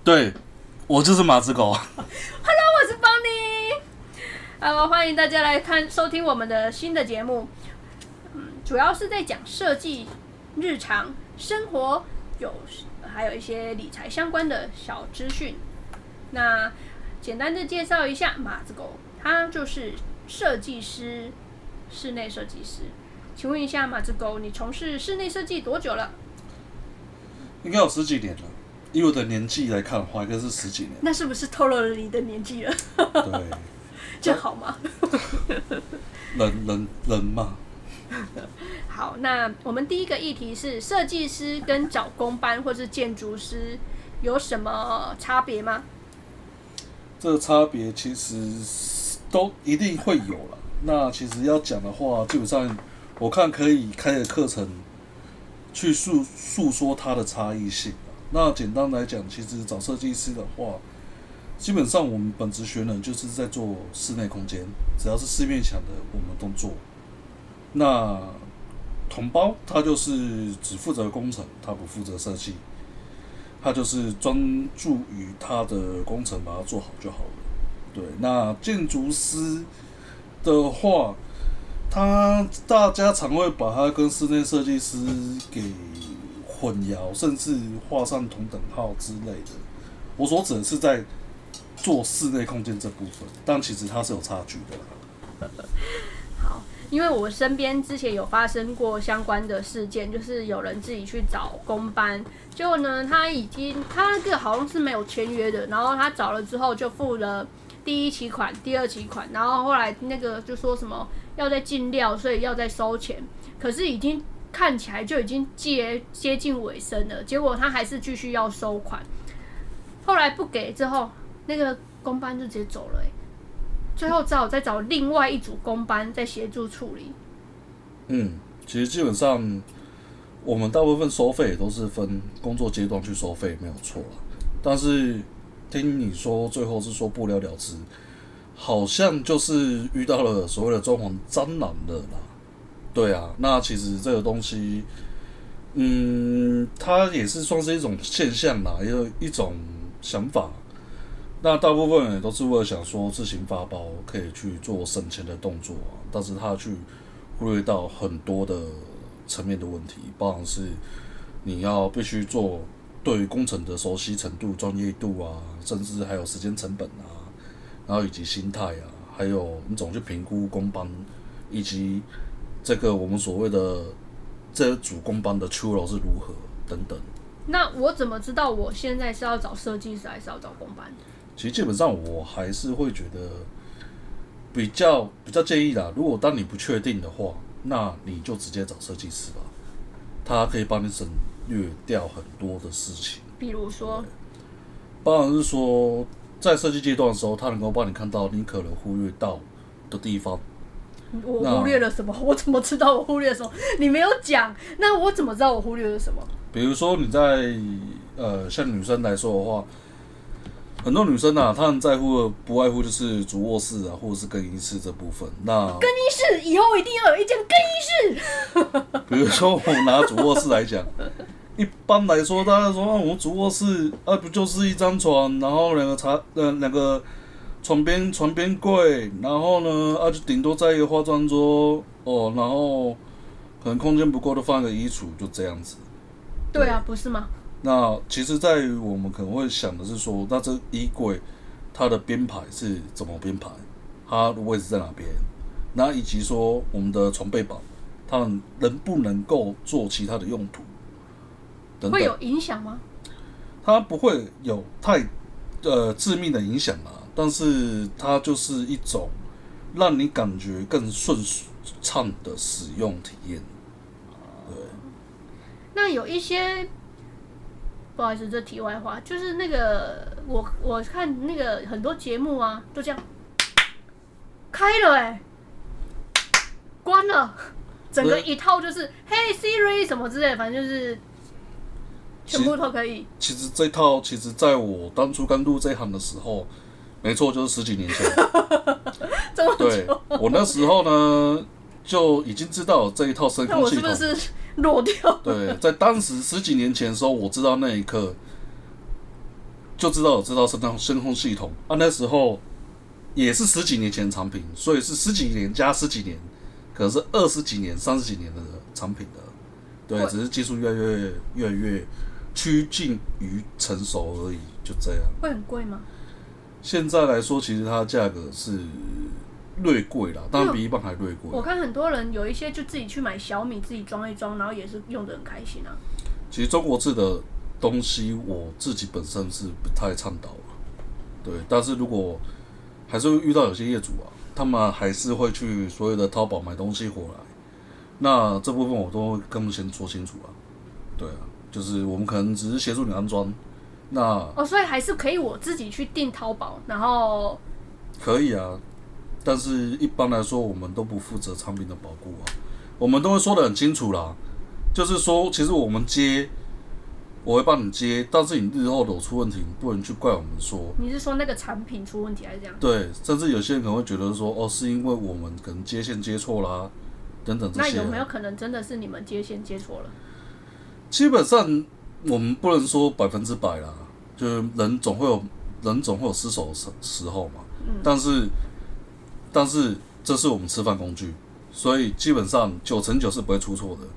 对，我就是马子狗。 Hello， 我是邦尼。欢迎大家来收听我们的新的节目。主要是在讲设计、日常生活，还有一些理财相关的小资讯。那简单的介绍一下马子狗，他就是设计师，室内设计师。请问一下马子狗，你从事室内设计多久了？ 应该有10几年了。以我的年纪来看的话，应该是10几年。 那是不是透露了你的年纪了？ 对， 这好吗？ 人嘛。 好，那我们第一个议题是设计师跟找工班或是建筑师有什么差别吗？ 这个差别其实都一定会有啦。那其实要讲的话，基本上我看可以开个课程去诉说它的差异性。那简单来讲，其实找设计师的话，基本上我们本职学人就是在做室内空间，只要是四面墙的我们都做。那统包他就是只负责工程，他不负责设计，他就是专注于他的工程把它做好就好了。对，那建筑师的话，大家常会把他跟室内设计师给混淆，甚至画上同等号之类的。我所指的是在做室内空间这部分，但其实它是有差距的。 好，因为我身边之前有发生过相关的事件，就是有人自己去找工班，结果呢，他那个好像是没有签约的，然后他找了之后就付了第一期款、第二期款，然后后来那个就说什么要再进料，所以要再收钱，可是已经看起来就已经接近尾声了，结果他还是继续要收款，后来不给之后，那个工班就直接走了、最后只好再找另外一组工班再协助处理。 其实基本上我们大部分收费都是分工作阶段去收费，没有错啦。但是听你说最后是说不了了之，好像就是遇到了所谓的装潢蟑螂了啦。对啊，那其实这个东西，它也是算是一种现象啦，也有一种想法。那大部分人都是为了想说自行发包可以去做省钱的动作啊，但是他去忽略到很多的层面的问题，包含是你要必须做对于工程的熟悉程度、专业度啊，甚至还有时间成本啊，然后以及心态啊，还有你怎么去评估工班，以及这个我们所谓的这组工班的出楼是如何等等。 那我怎么知道我现在是要找设计师还是要找工班？ 其实基本上我还是会觉得比较建议啦，如果当你不确定的话，那你就直接找设计师吧，他可以帮你省略掉很多的事情。 比如说， 包含是说在设计阶段的时候，他能够帮你看到你可能忽略到的地方。 我忽略了什么？我怎么知道我忽略了什么？你没有讲，那我怎么知道我忽略了什么？ 比如说你在像女生来说的话，很多女生啊，她们在乎的不外乎就是主卧室啊，或者是更衣室这部分。那更衣室以后一定要有一间更衣室。 比如说我拿主卧室来讲，一般来说大家说我们主卧室不就是一张床，然后两个床边柜，然后呢就顶多在一个化妆桌哦，然后可能空间不够就放一个衣橱，就这样子。 对啊，不是吗？ 那其实在于我们可能会想的是说，那这衣柜它的编排是怎么编排，它的位置在哪边，那以及说我们的床背板它们能不能够做其他的用途等等。 会有影响吗？ 它不会有太致命的影响啦，但是它就是一种让你感觉更顺畅的使用体验。对。 那有一些，不好意思，这题外话，就是那个我看那个很多节目啊，都这样开了关了，整个一套就是Hey Siri 什么之类的，反正就是全部都可以。 其实这套，在我当初刚入这一行的时候，没错，就是10几年前。 这么久， 对，我那时候呢就已经知道有这一套声控系统。 那我是不是落掉？ 对，在当时10几年前的时候，我知道那一刻， 就知道有这套声控系统啊。那时候也是10几年前的产品，所以是10几年加10几年，可能是20几年、30几年的产品了。对，只是技术越来越趋近于成熟而已，就这样。 会很贵吗？ 现在来说，其实它的价格是略贵啦，当然比一般还略贵。 我看很多人有一些就自己去买小米，自己装一装，然后也是用得很开心啊。 其实中国制的东西，我自己本身是不太倡导了，对。但是如果还是会遇到有些业主啊，他们还是会去所有的淘宝买东西回来，那这部分我都会跟他们先说清楚啊，对啊，就是我们可能只是协助你安装，那所以还是可以我自己去订淘宝，然后可以啊，但是一般来说我们都不负责产品的保护啊，我们都会说得很清楚啦，就是说其实我们接。我会帮你接，但是你日后有出问题，你不能去怪我们说。 你是说那个产品出问题还是这样？ 对，甚至有些人可能会觉得说，是因为我们可能接线接错啦，等等这些。 那有没有可能真的是你们接线接错了？ 基本上我们不能说100%啦，就是人总会有失手的时候嘛。但是这是我们吃饭工具，所以基本上9成9是不会出错的。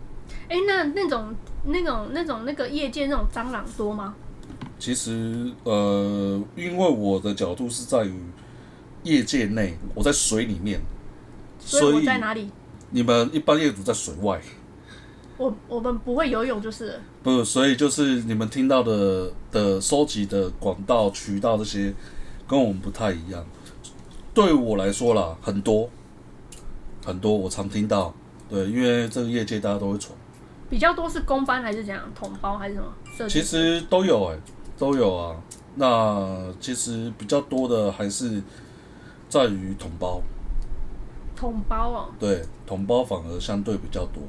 那个业界那种蟑螂多吗？ 其实因为我的角度是在于业界内，我在水里面， 所以我在哪里？ 你们一般业主在水外。 我们不会游泳就是了。 不，所以就是你们听到的收集的管道渠道这些，跟我们不太一样。对我来说啦，很多我常听到，对，因为这个业界大家都会传。 比较多是公班还是怎样？统包还是什么？ 其实都有都有啊。那其实比较多的还是在于统包。 统包哦。 对，统包反而相对比较多。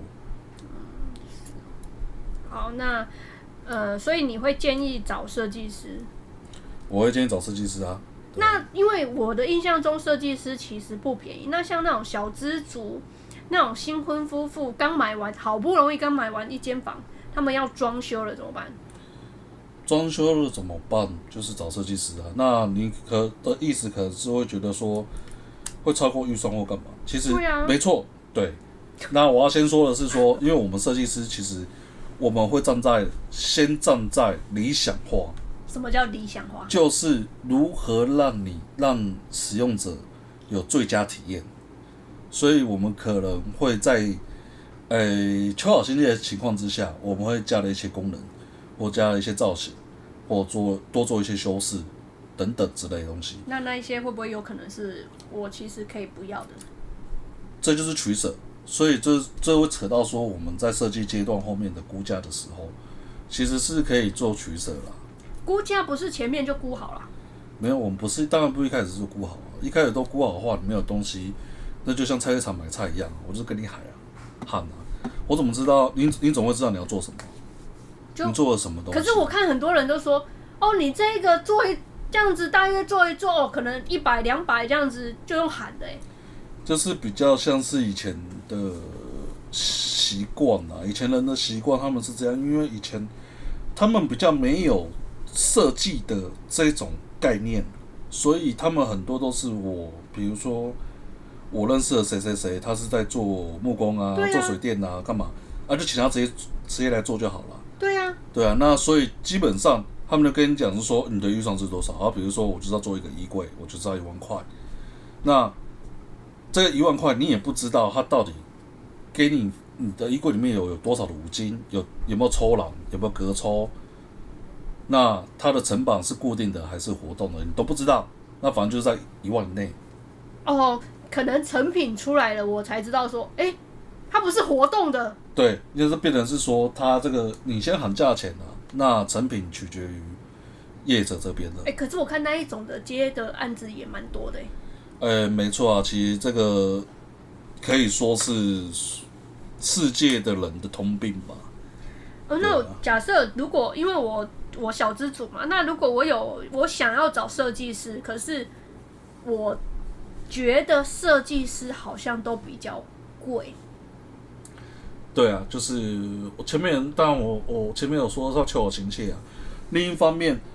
好，那所以你会建议找设计师？ 我会建议找设计师啊。 那因为我的印象中，设计师其实不便宜。那像那种小资族。那种新婚夫妇好不容易刚买完一间房，他们要装修了怎么办？ 装修了怎么办？就是找设计师啊。那你的意思可能是会觉得说会超过预算或干嘛？其实没错，对。那我要先说的是说，因为我们设计师其实我们会先站在理想化。 什么叫理想化？ 就是如何让使用者有最佳体验。所以我们可能会在求好心切的情况之下，我们会加了一些功能，或加了一些造型，或多做一些修饰等等之类的东西。 那一些会不会有可能是我其实可以不要的？ 这就是取舍，所以这会扯到说我们在设计阶段后面的估价的时候，其实是可以做取舍啦。 估价不是前面就估好了？ 没有，我们当然不一开始就估好了，一开始都估好的话，你没有东西。那就像菜市场买菜一样，我就是跟你喊啊，我怎么知道？你总会知道你要做什么，你做了什么东西。 可是我看很多人都说，你这个这样子大约做一做，可能100、200这样子就用喊的就是比较像是以前的习惯啦，以前人的习惯他们是这样，因为以前他们比较没有设计的这种概念，所以他们很多都是比如说。我认识的谁，他是在做木工啊，做水电啊，干嘛啊？就请他直接来做就好了。对啊，那所以基本上他们就跟你讲是说，你的预算是多少啊？比如说我就是要做一个衣柜，我就是要1万块。那这个1万块你也不知道他到底给你的衣柜里面有多少的五金，有没有抽栏，有没有隔抽？那它的成本是固定的还是活动的，你都不知道。那反正就是在1万以内。 可能成品出来了，我才知道说，它不是活动的。 对，就是变成是说，它这个你先喊价钱啊，那成品取决于业者这边的。 可是我看那一种的接的案子也蛮多的。 没错啊，其实这个可以说是世界的人的通病吧。 那假设如果因为我小资主嘛，那如果我想要找设计师，可是我觉得设计师好像都比较贵。 对啊，就是我前面，当然我前面有说到求好心切啊。另一方面，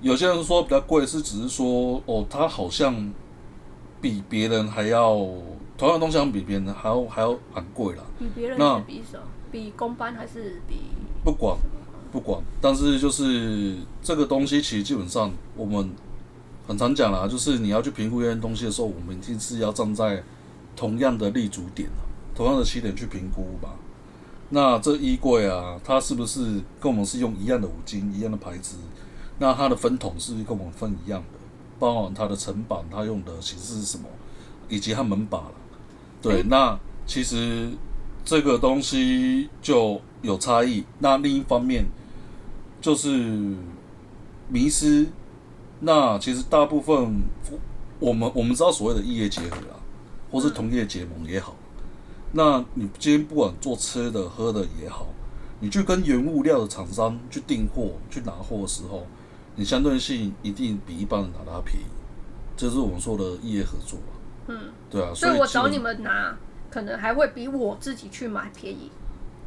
有些人说比较贵，是只是说哦，它好像比别人还要同样的东西，好像比别人还要很贵啦。 比别人是比什么？比公班还是比？ 不管，但是就是这个东西，其实基本上我们很常讲啦，就是你要去评估一样东西的时候，我们一定是要站在同样的立足点同样的起点去评估吧。那这衣柜啊，它是不是跟我们是用一样的五金、一样的牌子？那它的分筒是不是跟我们分一样的？包含它的层板，它用的形式是什么，以及它门把了。对，那其实这个东西就有差异。那另一方面就是迷失。那其实大部分我们知道所谓的异业结合啦，或是同业结盟也好。那你今天不管做吃的喝的也好，你去跟原物料的厂商去订货、去拿货的时候，你相对性一定比一般人拿到便宜，这是我们说的异业合作。对啊， 所以我找你们拿，可能还会比我自己去买便宜。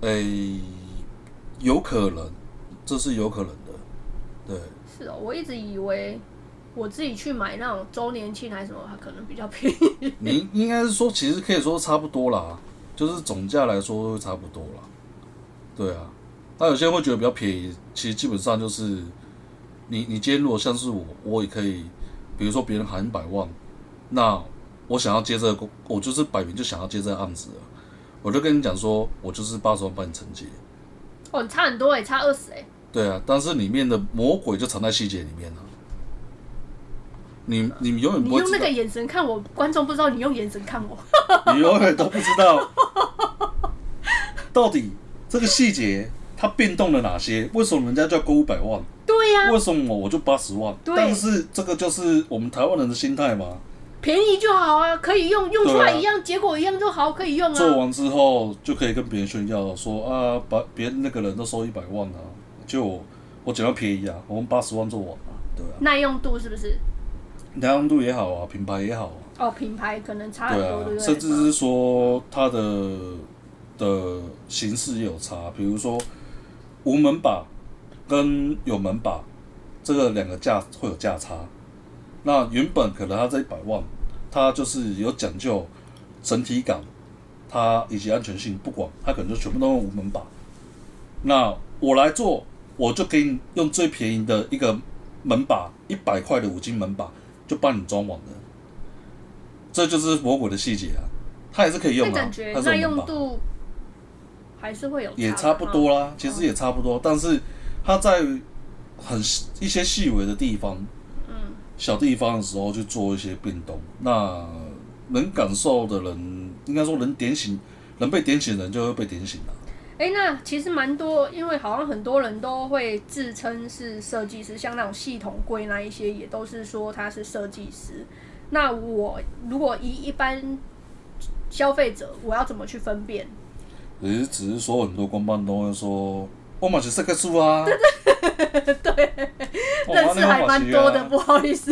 有可能，这是有可能的，对。 是哦，我一直以为我自己去买那种周年庆还是什么，可能比较便宜。 你应该是说，其实可以说差不多啦，就是总价来说会差不多啦。对啊，那有些人会觉得比较便宜，其实基本上就是你今天如果像是我也可以，比如说别人喊100万，那我想要接这个，我就是摆明就想要接这个案子了，我就跟你讲说，我就是80万帮你承接。 哦，你差很多差20 对啊，但是里面的魔鬼就藏在细节里面了。你永远不会知道， 你用那个眼神看我，观众不知道你用眼神看我， 你永远都不知道到底这个细节它变动了哪些？为什么人家就要勾500万？ 对呀、 为什么我就80万？但是这个就是我们台湾人的心态嘛。 便宜就好啊，可以用出来一样，结果一样就好，可以用啊。 做完之后就可以跟别人炫耀说啊，把别人那个人都收100万啊，就我捡到便宜啊，我们80万做完啊，对啊。 耐用度是不是？ 耐用度也好啊，品牌也好啊。 哦，品牌可能差很多，对不对？ 甚至是说它的形式也有差，比如说无门把跟有门把这个两个价会有价差。那原本可能它这100万，它就是有讲究整体感，它以及安全性，不管它可能就全部都用无门把。那我来做，我就给你用最便宜的一个门把，100块的五金门把就帮你装完了。这就是魔鬼的细节啊，它也是可以用啊， 感觉耐用度还是会有差， 也差不多啦，其实也差不多，但是它在一些细微的地方。小地方的时候去做一些变动，那能感受的人，应该说能被点醒的人就会被点醒了。 那其实蛮多，因为好像很多人都会自称是设计师，像那种系统柜那一些，也都是说他是设计师。那我如果一般消费者，我要怎么去分辨？ 只是说很多公办都会说，我嘛是设计师啊。 对，认识还蛮多的，不好意思，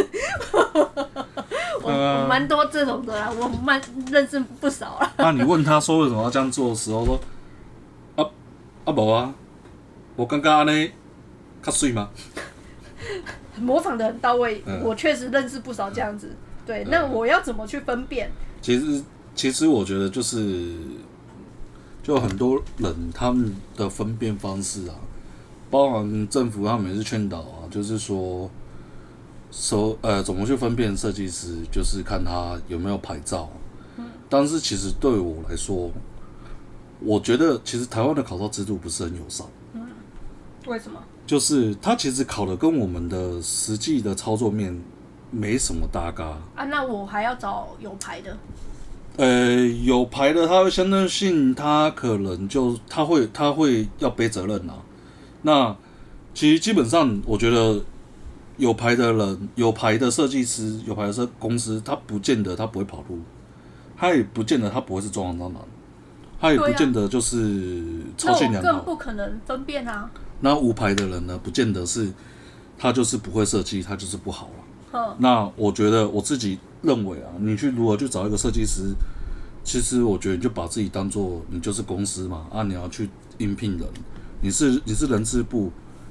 我蛮多这种的啦，我认识不少啦。 那你问他说为什么要这样做的时候，说无啊，我刚刚安尼较水吗？ 模仿的很到位，我确实认识不少这样子。对，那我要怎么去分辨？ 其实我觉得就很多人他们的分辨方式啊。包含政府他们也是劝导啊，就是说，怎么去分辨设计师，就是看他有没有牌照。但是其实对我来说，我觉得其实台湾的考照制度不是很友善。 为什么？ 就是他其实考的跟我们的实际的操作面没什么搭嘎啊。那我还要找有牌的。 有牌的，他会相对性，他可能他会要背责任啊。那其实基本上，我觉得有牌的人、有牌的设计师、有牌的公司，他不见得他不会跑路，他也不见得他不会是装潢蟑螂，他也不见得就是操性良好。 那我更不可能分辨啊。 那无牌的人呢，不见得是他就是不会设计，他就是不好了。那我觉得我自己认为啊，你如何去找一个设计师，其实我觉得你就把自己当做你就是公司嘛，你要去应聘人。你是人事部，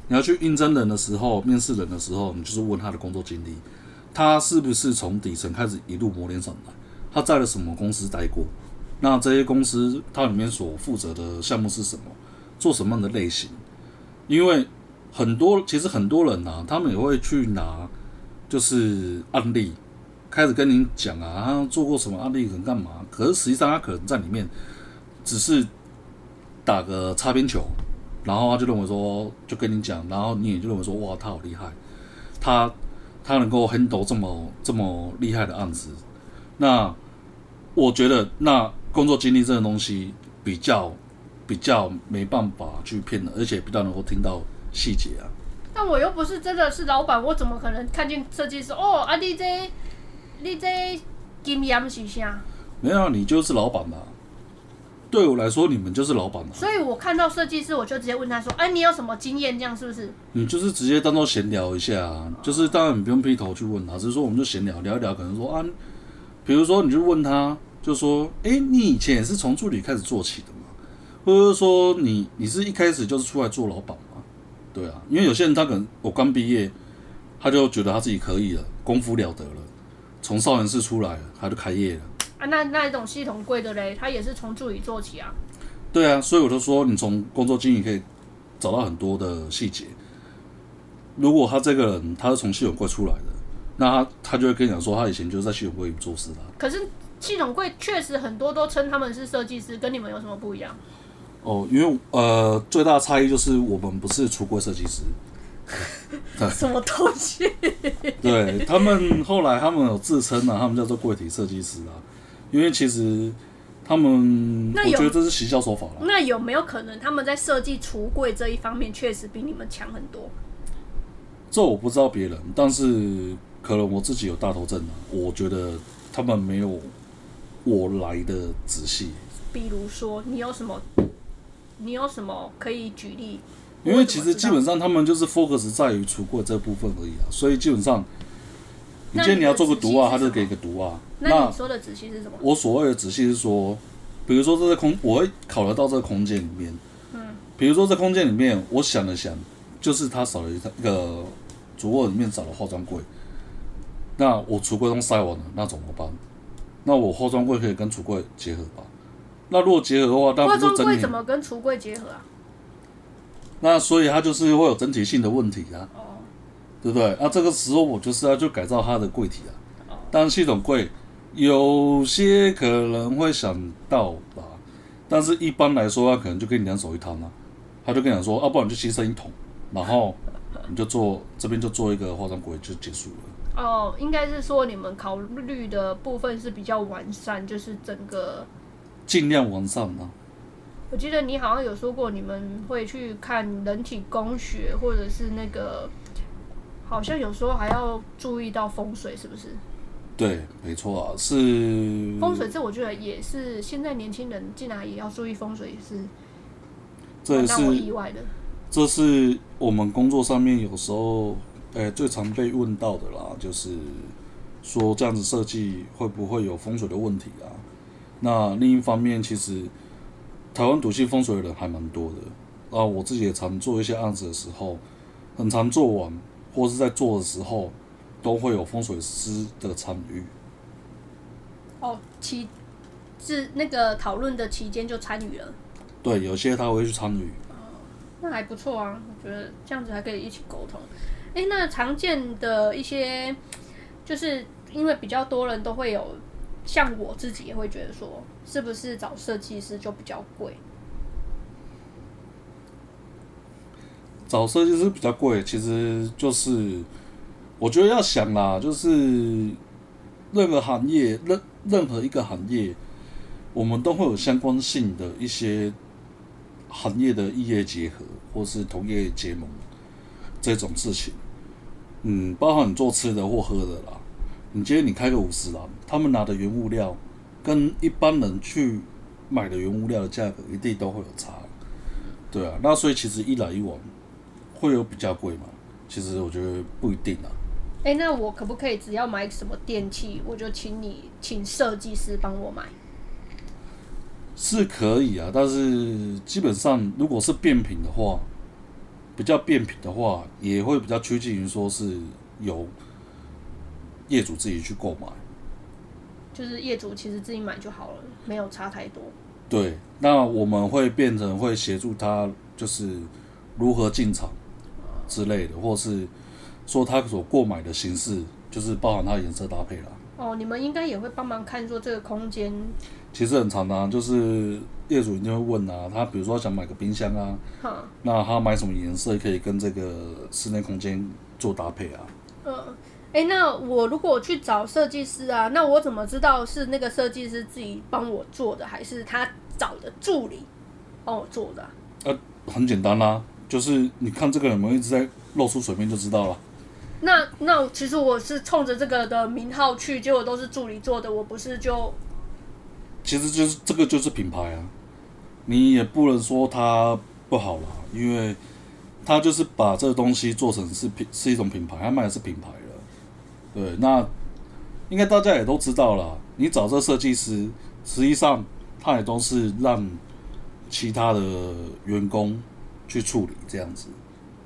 你要去应征人的时候，面试人的时候，你就是问他的工作经历，他是不是从底层开始一路磨练上来，他在了什么公司待过，那这些公司它里面所负责的项目是什么，做什么样的类型？因为其实很多人他们也会去拿就是案例开始跟你讲他做过什么案例，可能干嘛？可是实际上他可能在里面只是打个擦边球，然后他就认为说，就跟你讲，然后你也就认为说，哇，他好厉害，他能够 handle 这么厉害的案子。那我觉得，那工作经历这个东西比较没办法去骗人，而且比较能够听到细节啊。 但我又不是真的是老板，我怎么可能看见设计师？哦，你这经验是啥？ 没有，你就是老板啦。对我来说，你们就是老板啦。 所以我看到设计师，我就直接问他说：“哎，你有什么经验？这样是不是？” 你就是直接当做闲聊一下就是当然你不用劈头去问他，只是说我们就闲聊聊一聊，可能说比如说你就问他，就说：“你以前也是从助理开始做起的嘛？或者说你是一开始就是出来做老板嘛？”对啊，因为有些人他可能我刚毕业，他就觉得他自己可以了，功夫了得了，从少年室出来了，他就开业了。 那一种系统柜的嘞，他也是从助理做起啊。 对啊，所以我就说，你从工作经历可以找到很多的细节。如果他这个人他是从系统柜出来的，那他就会跟你讲说，他以前就是在系统柜里做事的。 可是系统柜确实很多都称他们是设计师，跟你们有什么不一样？ 因为最大的差异就是我们不是橱柜设计师。 什么东西？ 对，他们后来有自称他们叫做柜体设计师因为其实他们，我觉得这是行销手法啦。 那有没有可能他们在设计橱柜这一方面确实比你们强很多？ 这我不知道别人，但是可能我自己有大头症我觉得他们没有我来的仔细。 比如说，你有什么可以举例？ 因为其实基本上他们就是 focus 在于橱柜这部分而已所以基本上，你今天你要做个读他就给一个读那你说的仔细是什么？ 我所谓的仔细是说，比如说我会考虑到这个空间里面，比如说这空间里面，我想了想，就是它少了一个主卧里面少了化妆柜，那我橱柜都塞完了，那怎么办？那我化妆柜可以跟橱柜结合吧？那如果结合的话，那不就化妆柜怎么跟橱柜结合啊？ 那所以它就是会有整体性的问题对不对？这个时候我就是要去改造它的柜体但系统柜有些可能会想到吧，但是一般来说，他可能就跟你两手一摊他就跟你讲说，不然你就牺牲一桶，然后你就这边就做一个化妆柜就结束了。 应该是说你们考虑的部分是比较完善，就是整个尽量完善我记得你好像有说过，你们会去看人体工学，或者是那个，好像有时候还要注意到风水，是不是？ 对，没错是风水。这我觉得也是现在年轻人竟然也要注意风水， 这也是让我意外的。 这是我们工作上面有时候最常被问到的啦，就是说这样子设计会不会有风水的问题那另一方面，其实台湾笃信风水的人还蛮多的我自己也常做一些案子的时候，很常做完或是在做的时候，都会有风水师的参与。 是那个讨论的期间就参与了。 对，有些他会去参与。 那还不错啊，我觉得这样子还可以一起沟通。那常见的一些，就是因为比较多人都会有。像我自己也会觉得说，是不是找设计师就比较贵？ 找设计师比较贵，其实就是我觉得要想啦，就是任何行业，任何一个行业，我们都会有相关性的一些行业的异业结合，或是同业结盟这种事情。包含你做吃的或喝的啦。你今天你开个50郎，他们拿的原物料跟一般人去买的原物料的价格一定都会有差，对那所以其实一来一往会有比较贵吗？其实我觉得不一定那我可不可以只要买什么电器，我就请设计师帮我买？ 是可以但是基本上如果是变频的话， 比较变频的话，也会比较趋近于说是由业主自己去购买。 就是业主其实自己买就好了，没有差太多。 对，那我们会变成会协助他，就是如何进场之类的，或是说他所购买的形式，就是包含它的颜色搭配啦。 哦，你们应该也会帮忙看说这个空间。 其实很常啊，就是业主一定会问啊，他比如说想买个冰箱啊，那他买什么颜色可以跟这个室内空间做搭配啊？ 那我如果去找设计师啊，那我怎么知道是那个设计师自己帮我做的，还是他找的助理帮我做的啊？ 很简单啦，就是你看这个人有没有一直在露出水面就知道了。 那其实我是冲着这个的名号去，结果都是助理做的，我不是就…… 其实就是这个就是品牌啊，你也不能说它不好啦，因为它就是把这个东西做成是一种品牌，它卖的是品牌了。对，那应该大家也都知道啦，你找这设计师，实际上他也都是让其他的员工去处理这样子。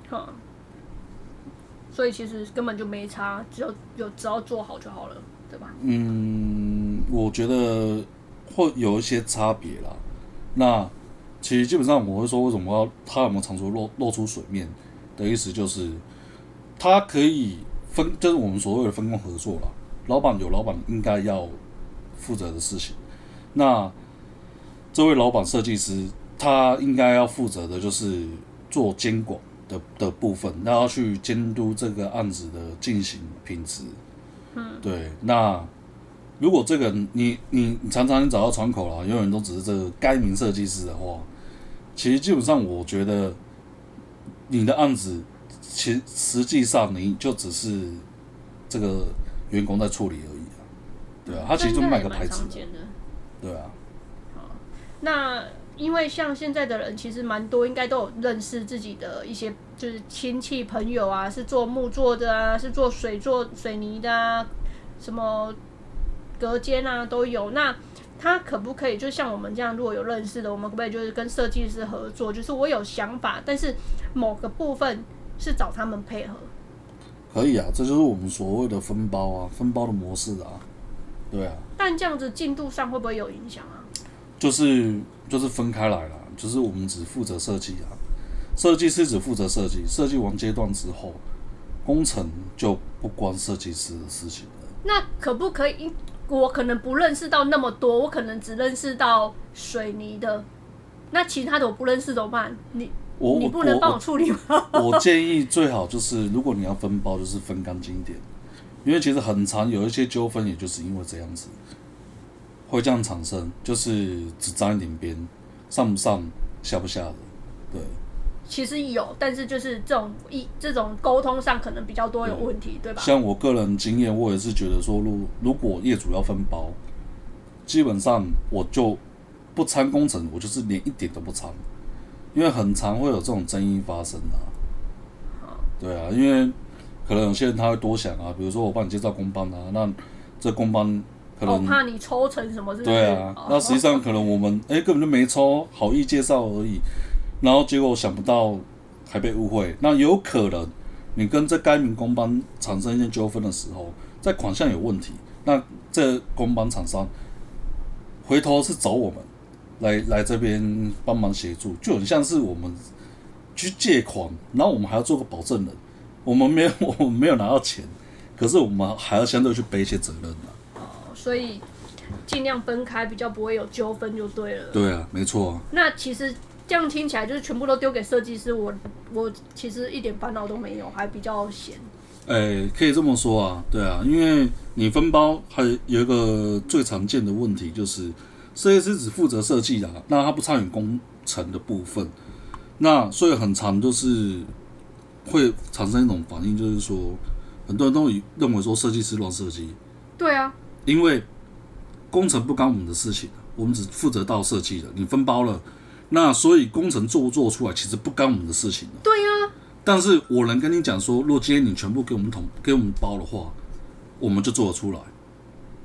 所以其实根本就没差，只要做好就好了，对吧？ 我觉得会有一些差别啦。那其实基本上我会说，为什么他有没有常出露出水面的意思，就是他可以就是我们所谓的分工合作啦。老板有老板应该要负责的事情，那这位老板设计师他应该要负责的就是做监管的部分，然后去监督这个案子的进行品质。对。那如果这个你常常找到窗口啦，永远都只是这个该名设计师的话，其实基本上我觉得你的案子，实际上你就只是这个员工在处理而已啊。对啊，他其实就卖个牌子。对啊。 那因为像现在的人其实蛮多，应该都有认识自己的一些就是亲戚朋友啊，是做木作的啊，是做水泥的啊，什么隔间啊都有。那他可不可以就像我们这样，如果有认识的，我们可不可以就是跟设计师合作？就是我有想法，但是某个部分是找他们配合。 可以啊，这就是我们所谓的分包啊，分包的模式啊。对啊。 但这样子进度上会不会有影响啊？ 就是分开来了，就是我们只负责设计啊，设计师只负责设计，设计完阶段之后，工程就不关设计师的事情了。那可不可以？我可能不认识到那么多，我可能只认识到水泥的，那其他的我不认识怎么办？你不能帮我处理吗？ 我建议最好就是，如果你要分包，就是分干净一点，因为其实很常有一些纠纷，也就是因为这样子。会这样产生，就是只沾一点边，上不上下不下的，对。 其实有，但是就是这种沟通上可能比较多有问题， 对吧？ 像我个人经验，我也是觉得说，如果业主要分包，基本上我就不参工程，我就是连一点都不参，因为很常会有这种争议发生啊。对啊，因为可能有些人他会多想啊，比如说我帮你介绍工班啊，那这工班。 怕你抽成什么是不是？ 对啊，那实际上可能我们根本就没抽，好意介绍而已，然后结果想不到还被误会。那有可能你跟这该名工班产生一些纠纷的时候，在款项有问题，那这工班厂商回头是找我们来这边帮忙协助，就很像是我们去借款，然后我们还要做个保证人，我们没有拿到钱，可是我们还要相对去背一些责任啊。 所以尽量分开，比较不会有纠纷就对了。 对啊，没错啊。 那其实这样听起来就是全部都丢给设计师，我其实一点烦恼都没有，还比较闲。 可以这么说啊，对啊，因为你分包还有一个最常见的问题，就是设计师只负责设计啦，那他不参与工程的部分，那所以很常就是会产生一种反应，就是说很多人都认为说设计师乱设计。 对啊。 因为工程不干我们的事情，我们只负责到设计的，你分包了，那所以工程做不做出来其实不干我们的事情了。 对啊。 但是我能跟你讲说，如果今天你全部给我们包的话，我们就做得出来。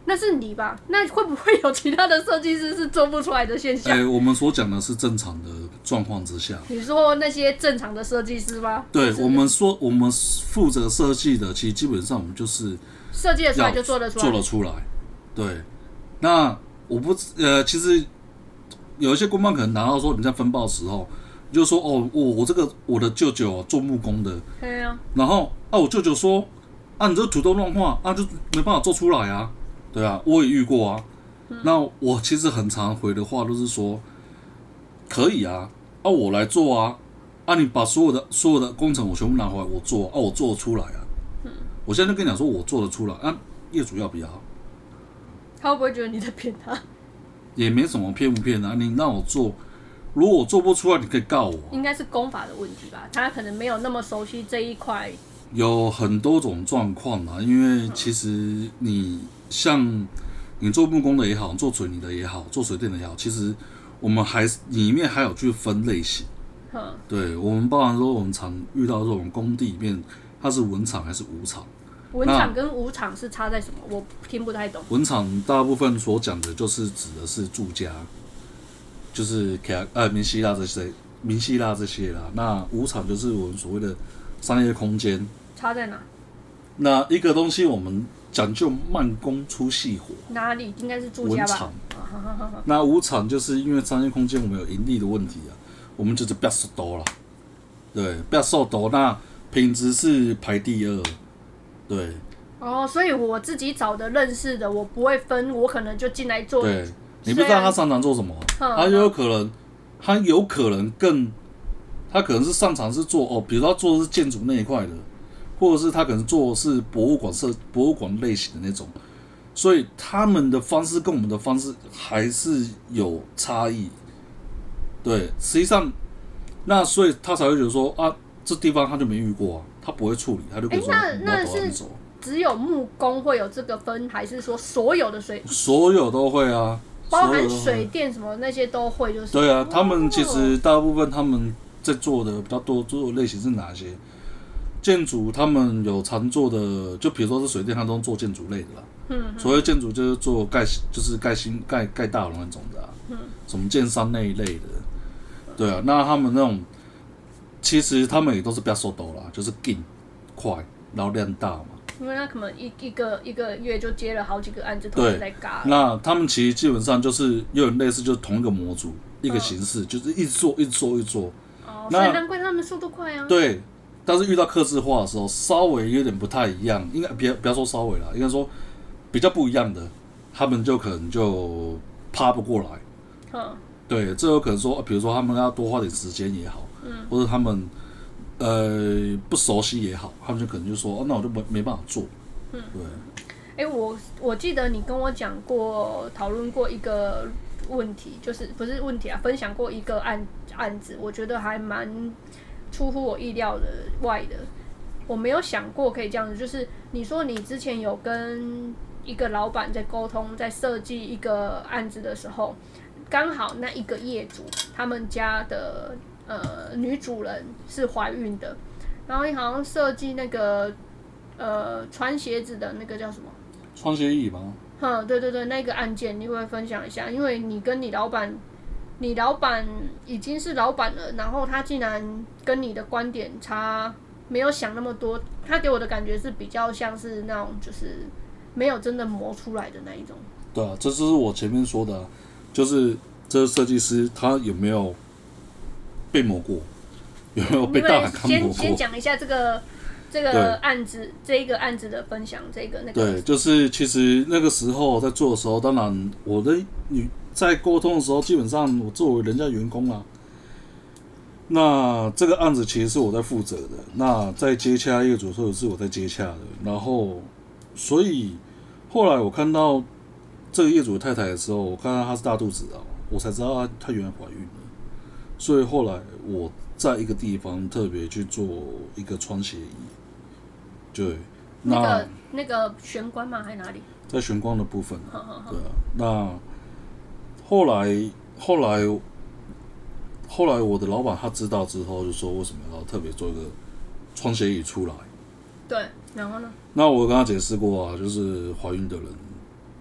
那是你吧？那会不会有其他的设计师是做不出来的现象？ 我们所讲的是正常的状况之下。 你说那些正常的设计师吗？ 对，我们说我们负责设计的，其实基本上我们就是设计的出来就做得出来， 做得出来。对，那其实有一些公办可能拿到说你在分报的时候，你就说哦，我的舅舅做木工的， 对啊， 然后我舅舅说你这土豆乱画就没办法做出来啊。对啊，我也遇过啊。那我其实很常回的话都是说，可以啊，我来做啊，你把所有的工程我全部拿回来我做我做得出来啊。我现在就跟你讲说我做得出来业主要不要？ 他会不会觉得你在骗他？ 也没什么骗不骗啊，你让我做，如果我做不出来，你可以告我。 应该是功法的问题吧，他可能没有那么熟悉这一块。 有很多种状况啊，因为其实像你做木工的也好，做水泥的也好，做水电的也好，其实我们里面还有去分类型。对，我们包含说我们常遇到这种工地里面，它是文厂还是武厂？ 文厂跟武厂是差在什么？我听不太懂。 文厂大部分所讲的就是指的是住家，就是明希腊这些啦。那武厂就是我们所谓的商业空间。 差在哪？ 那一个东西我们讲究慢工出细活。 哪里？应该是住家吧。文厂。 那武厂就是因为商业空间我们有盈利的问题啊，我们就是不要收多了。对，不要收多，那品质是排第二。对。 所以我自己找的认识的，我不会分，我可能就进来做。 对，你不知道他擅长做什么，他有可能他可能是擅长是做比如说他做的是建筑那一块的，或者是他可能做的是博物馆类型的那种，所以他们的方式跟我们的方式还是有差异。对，实际上，那所以他才会觉得说这地方他就没遇过他不会处理，他就跟你说那是只有木工会有这个分，还是说所有的所有都会啊？ 包含水电什么那些都会，就是对啊，他们其实大部分他们在做的比较多做的类型是哪些？建筑他们有常做的，就比如说是水电，他都做建筑类的啦。所谓建筑就是做盖大楼那种的什么建商那一类的。对啊，那他们那种其实他们也都是比较收多啦，就是紧快，然后量大嘛。 因为他可能一个月就接了好几个案子，同时在嘎。 那他们其实基本上就是有点类似，就是同一个模组、一个形式，就是一直做。 所以难怪他们速度快啊。 对，但是遇到客制化的时候，稍微有点不太一样，应该不要说稍微啦，应该说比较不一样的，他们就可能就趴不过来。对，这有可能说，比如说他们要多花点时间也好，或者他们。不熟悉也好，他们就可能就说，那我就没办法做。 对。我记得你跟我讲过，讨论过一个问题，就是不是问题啊，分享过一个案子，我觉得还蛮出乎我意料的外的。我没有想过可以这样子，就是你说你之前有跟一个老板在沟通，在设计一个案子的时候，刚好那一个业主他们家的。女主人是怀孕的，然后你好像设计那个穿鞋子的那个叫什么？ 穿鞋椅吗？ 对，那个案件你会不会分享一下？因为你跟你老板已经是老板了，然后他竟然跟你的观点差，没有想那么多，他给我的感觉是比较像是那种就是没有真的磨出来的那一种。 对啊，这就是我前面说的，就是这设计师他有没有被磨过，有没有被大喊看磨过？ 先讲一下这个案子，这一个案子的分享，那个。 对，就是其实那个时候在做的时候，当然在沟通的时候，基本上我作为人家员工啊，那这个案子其实是我在负责的。那在接洽业主的时候是我在接洽的，然后所以后来我看到这个业主的太太的时候，我看到她是大肚子我才知道她原来怀孕了。所以后来我在一个地方特别去做一个穿鞋椅，对， 那个玄关吗？还是哪里？ 在玄关的部分，对啊。那后来我的老板他知道之后，就说为什么要特别做一个穿鞋椅出来？ 对，然后呢？ 那我跟他解释过就是怀孕的人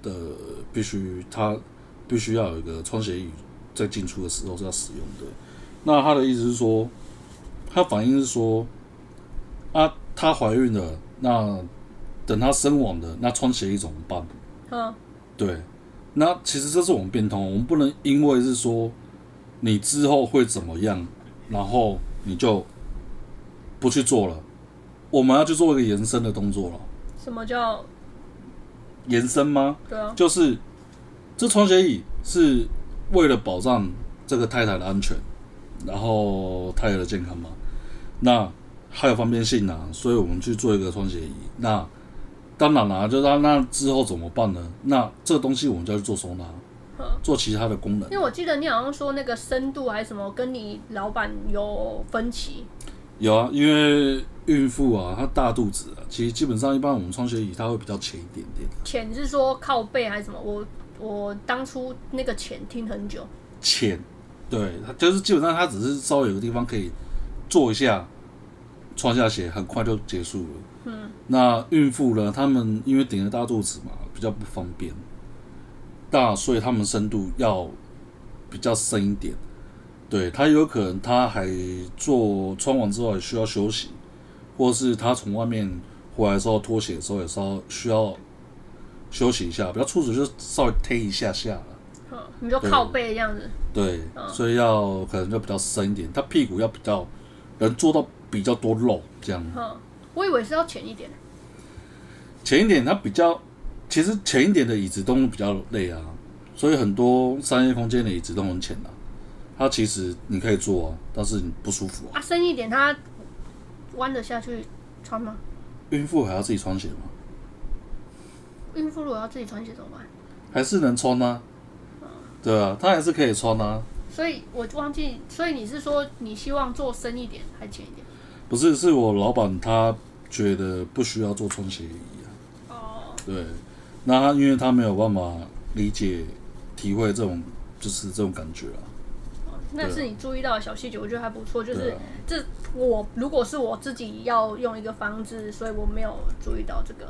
的它必须要有一个穿鞋椅在进出的时候是要使用的。那他的意思是说，他反映是说，她怀孕了，那等她生完了，那穿鞋椅怎么办？对，那其实这是我们变通，我们不能因为是说你之后会怎么样，然后你就不去做了。我们要去做一个延伸的动作了。 什么叫延伸吗？ 对啊， 就是这穿鞋椅是为了保障这个太太的安全，然后太太的健康嘛。那还有方便性啊，所以我们去做一个穿鞋椅。那当然啦，就是那之后怎么办呢？那这个东西我们就要去做收纳，做其他的功能。 因为我记得你好像说那个深度还是什么，跟你老板有分歧。 有啊，因为孕妇啊，她大肚子啊，其实基本上一般我们穿鞋椅它会比较浅一点点。 浅是说靠背还是什么？我当初那个浅听很久。 浅，对，它就是基本上它只是稍微有个地方可以坐一下，穿下鞋，很快就结束了。那孕妇呢，她们因为顶着大肚子嘛，比较不方便，所以她们深度要比较深一点。对，她有可能她还穿完之后还需要休息，或是她从外面回来的时候脱鞋的时候也需要休息一下，比较粗俗就稍微推一下下了。 你就靠背这样子。 对，所以可能就比较深一点，她屁股要比较能做到比较多肉这样。 我以为是要浅一点。 浅一点，它其实浅一点的椅子都比较累啊，所以很多商业空间的椅子都很浅啊。它其实你可以坐啊，但是你不舒服啊。 深一点，它弯得下去穿吗？ 孕妇还要自己穿鞋吗？ 孕妇如果要自己穿鞋怎么办？ 还是能穿啊。对啊，它还是可以穿啊。 所以我忘记，所以你是说你希望做深一点还浅一点？ 不是，是我老板他觉得不需要做穿鞋椅啊。对，那他因为他没有办法理解、体会这种感觉啊。 那是你注意到的小细节，我觉得还不错。就是我如果是我自己要用一个房子，所以我没有注意到这个。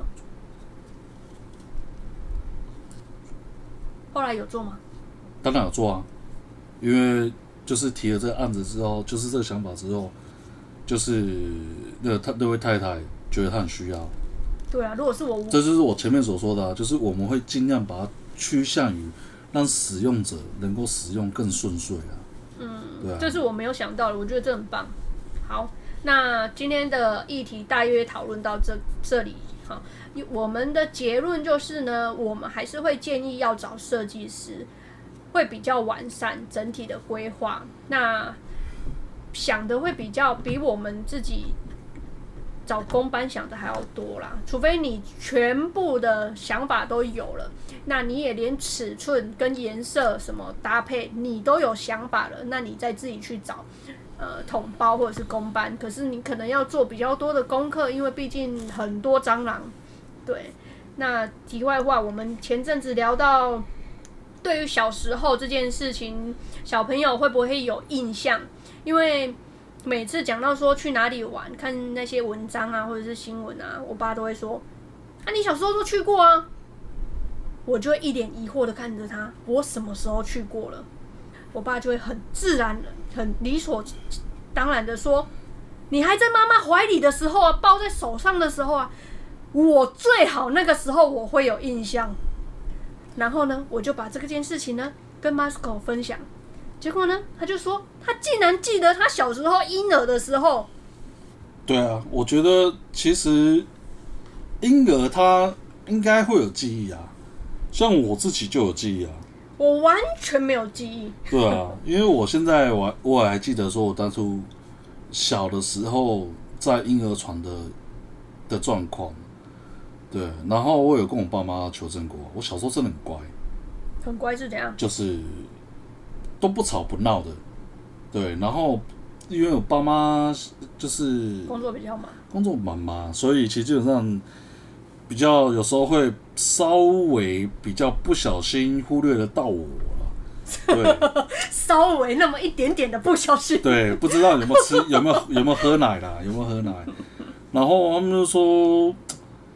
后来有做吗？ 当然有做啊，因为就是提了这个案子之后，就是这个想法之后，就是那位太太觉得她很需要。 对啊，如果是我， 这就是我前面所说的啊，就是我们会尽量把它趋向于让使用者能够使用更顺遂啊。对啊， 这是我没有想到的，我觉得这很棒。好，那今天的议题大约讨论到这里。好，我们的结论就是呢，我们还是会建议要找设计师，会比较完善整体的规划。那想的会比我们自己找工班想的还要多啦，除非你全部的想法都有了，那你也连尺寸跟颜色什么搭配你都有想法了，那你再自己去找统包或者是工班。可是你可能要做比较多的功课，因为毕竟很多蟑螂。对，那题外话，我们前阵子聊到对于小时候这件事情，小朋友会不会有印象？因为每次讲到说去哪里玩，看那些文章啊或者是新闻啊，我爸都会说你小时候都去过啊。我就会一脸疑惑的看着他，我什么时候去过了？我爸就会很自然很理所当然的说，你还在妈妈怀里的时候啊，抱在手上的时候啊，我最好那个时候我会有印象。然后呢，我就把这件事情呢跟 Masco 分享，结果呢，他就说他竟然记得他小时候婴儿的时候。 对啊，我觉得其实婴儿他应该会有记忆啊，像我自己就有记忆啊。 我完全没有记忆。 对啊，因为我现在我还记得说，我当初小的时候在婴儿床的状况。对，然后我有跟我爸妈求证过，我小时候真的很乖。 很乖是怎样？ 就是都不吵不闹的。对，然后因为我爸妈就是工作比较忙， 工作忙嘛，所以其实基本上比较有时候会稍微比较不小心忽略了到我了。对， 稍微那么一点点的不小心。 对，不知道有没有喝奶啦，有没有喝奶？然后他们就说，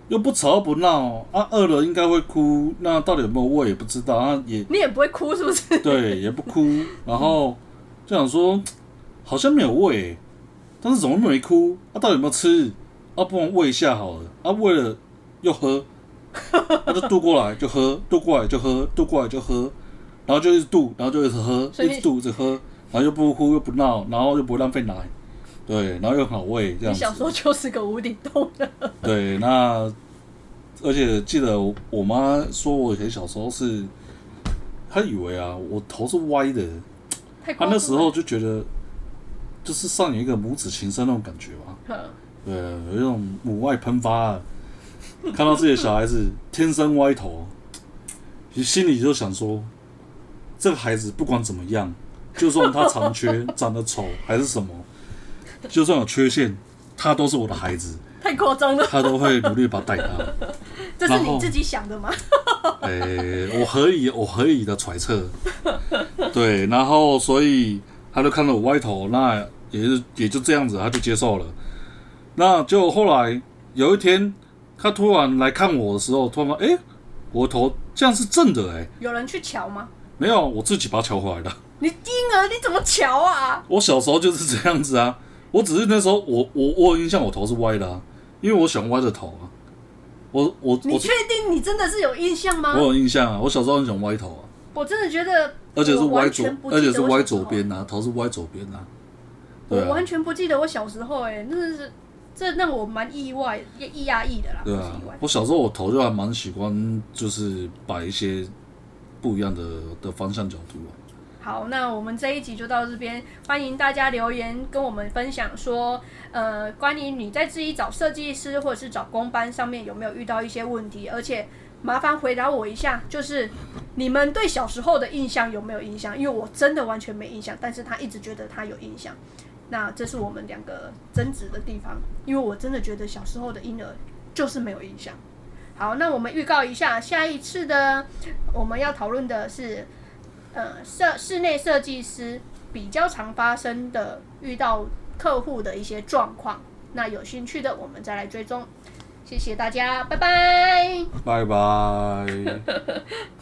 又不吵又不闹啊，饿了应该会哭，那到底有没有喂也不知道啊， 你也不会哭是不是？ 对，也不哭，然后就想说好像没有喂，但是怎么没哭啊？到底有没有吃？啊，不然喂一下好了啊，喂了又喝，他就渡过来就喝，渡过来就喝，渡过来就喝，然后就一直渡，然后就一直喝，一直渡一直喝，然后又不哭又不闹，然后又不会浪费奶，对，然后又很好喂这样子。 你小时候就是个无底洞了。 对，那而且记得我妈说我以前小时候是，她以为啊我头是歪的，她那时候就觉得就是上演一个母子情深那种感觉嘛。对，有一种母爱喷发啊，看到自己的小孩子天生歪头，其实心里就想说，这个孩子不管怎么样，就算他长缺、长得丑还是什么，就算有缺陷，他都是我的孩子。 太夸张了， 他都会努力把他带大。 这是你自己想的吗？ 我合理的揣测，对，然后所以他就看到我歪头，那也就这样子，他就接受了。那就后来有一天，他突然来看我的时候，突然说：“我的头这样是正的有人去瞧吗？ 没有，我自己把它瞧回来的。 你婴儿你怎么瞧啊？ 我小时候就是这样子啊，我只是那时候我有印象我头是歪的啊，因为我喜欢歪着头啊。 你确定你真的是有印象吗？ 我有印象啊，我小时候很喜欢歪头啊。 我真的觉得， 而且是歪左边啊，头是歪左边啊。 我完全不记得我小时候真的是。这让我蛮意外、压抑的啦。 对啊，我小时候我头就还蛮喜欢，就是摆一些不一样的方向角度啊。 好，那我们这一集就到这边，欢迎大家留言跟我们分享说，关于你在自己找设计师或者是找工班上面有没有遇到一些问题，而且麻烦回答我一下，就是你们对小时候的印象有没有印象？因为我真的完全没印象，但是他一直觉得他有印象。那这是我们两个争执的地方，因为我真的觉得小时候的婴儿就是没有印象。好，那我们预告一下，下一次的我们要讨论的是，室内设计师比较常发生的遇到客户的一些状况。那有兴趣的我们再来追踪。谢谢大家，拜拜。 拜拜。